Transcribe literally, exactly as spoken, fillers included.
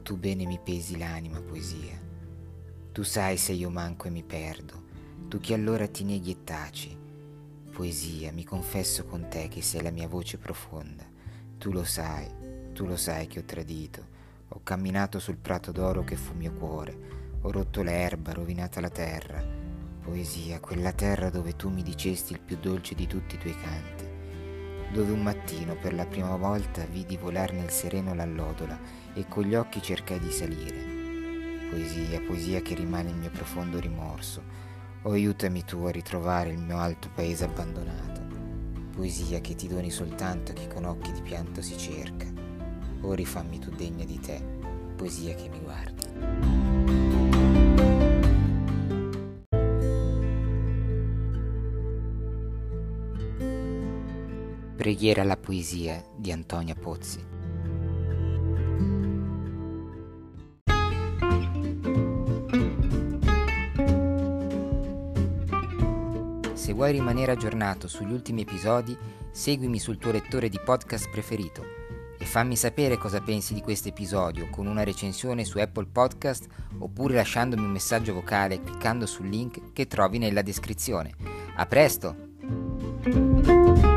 tu bene mi pesi l'anima, poesia. Tu sai se io manco e mi perdo, tu che allora ti neghi e taci. Poesia, mi confesso con te che sei la mia voce profonda. Tu lo sai, tu lo sai che ho tradito. Ho camminato sul prato d'oro che fu mio cuore. Ho rotto l'erba, rovinata la terra. Poesia, quella terra dove tu mi dicesti il più dolce di tutti i tuoi canti. Dove un mattino per la prima volta vidi volar nel sereno l'allodola e con gli occhi cercai di salire. Poesia, poesia che rimane il mio profondo rimorso. O aiutami tu a ritrovare il mio alto paese abbandonato. Poesia che ti doni soltanto a chi con occhi di pianto si cerca. O rifammi tu degna di te, poesia che mi guardi. Preghiera alla poesia di Antonia Pozzi. Se vuoi rimanere aggiornato sugli ultimi episodi, seguimi sul tuo lettore di podcast preferito e fammi sapere cosa pensi di questo episodio con una recensione su Apple Podcast oppure lasciandomi un messaggio vocale cliccando sul link che trovi nella descrizione. A presto!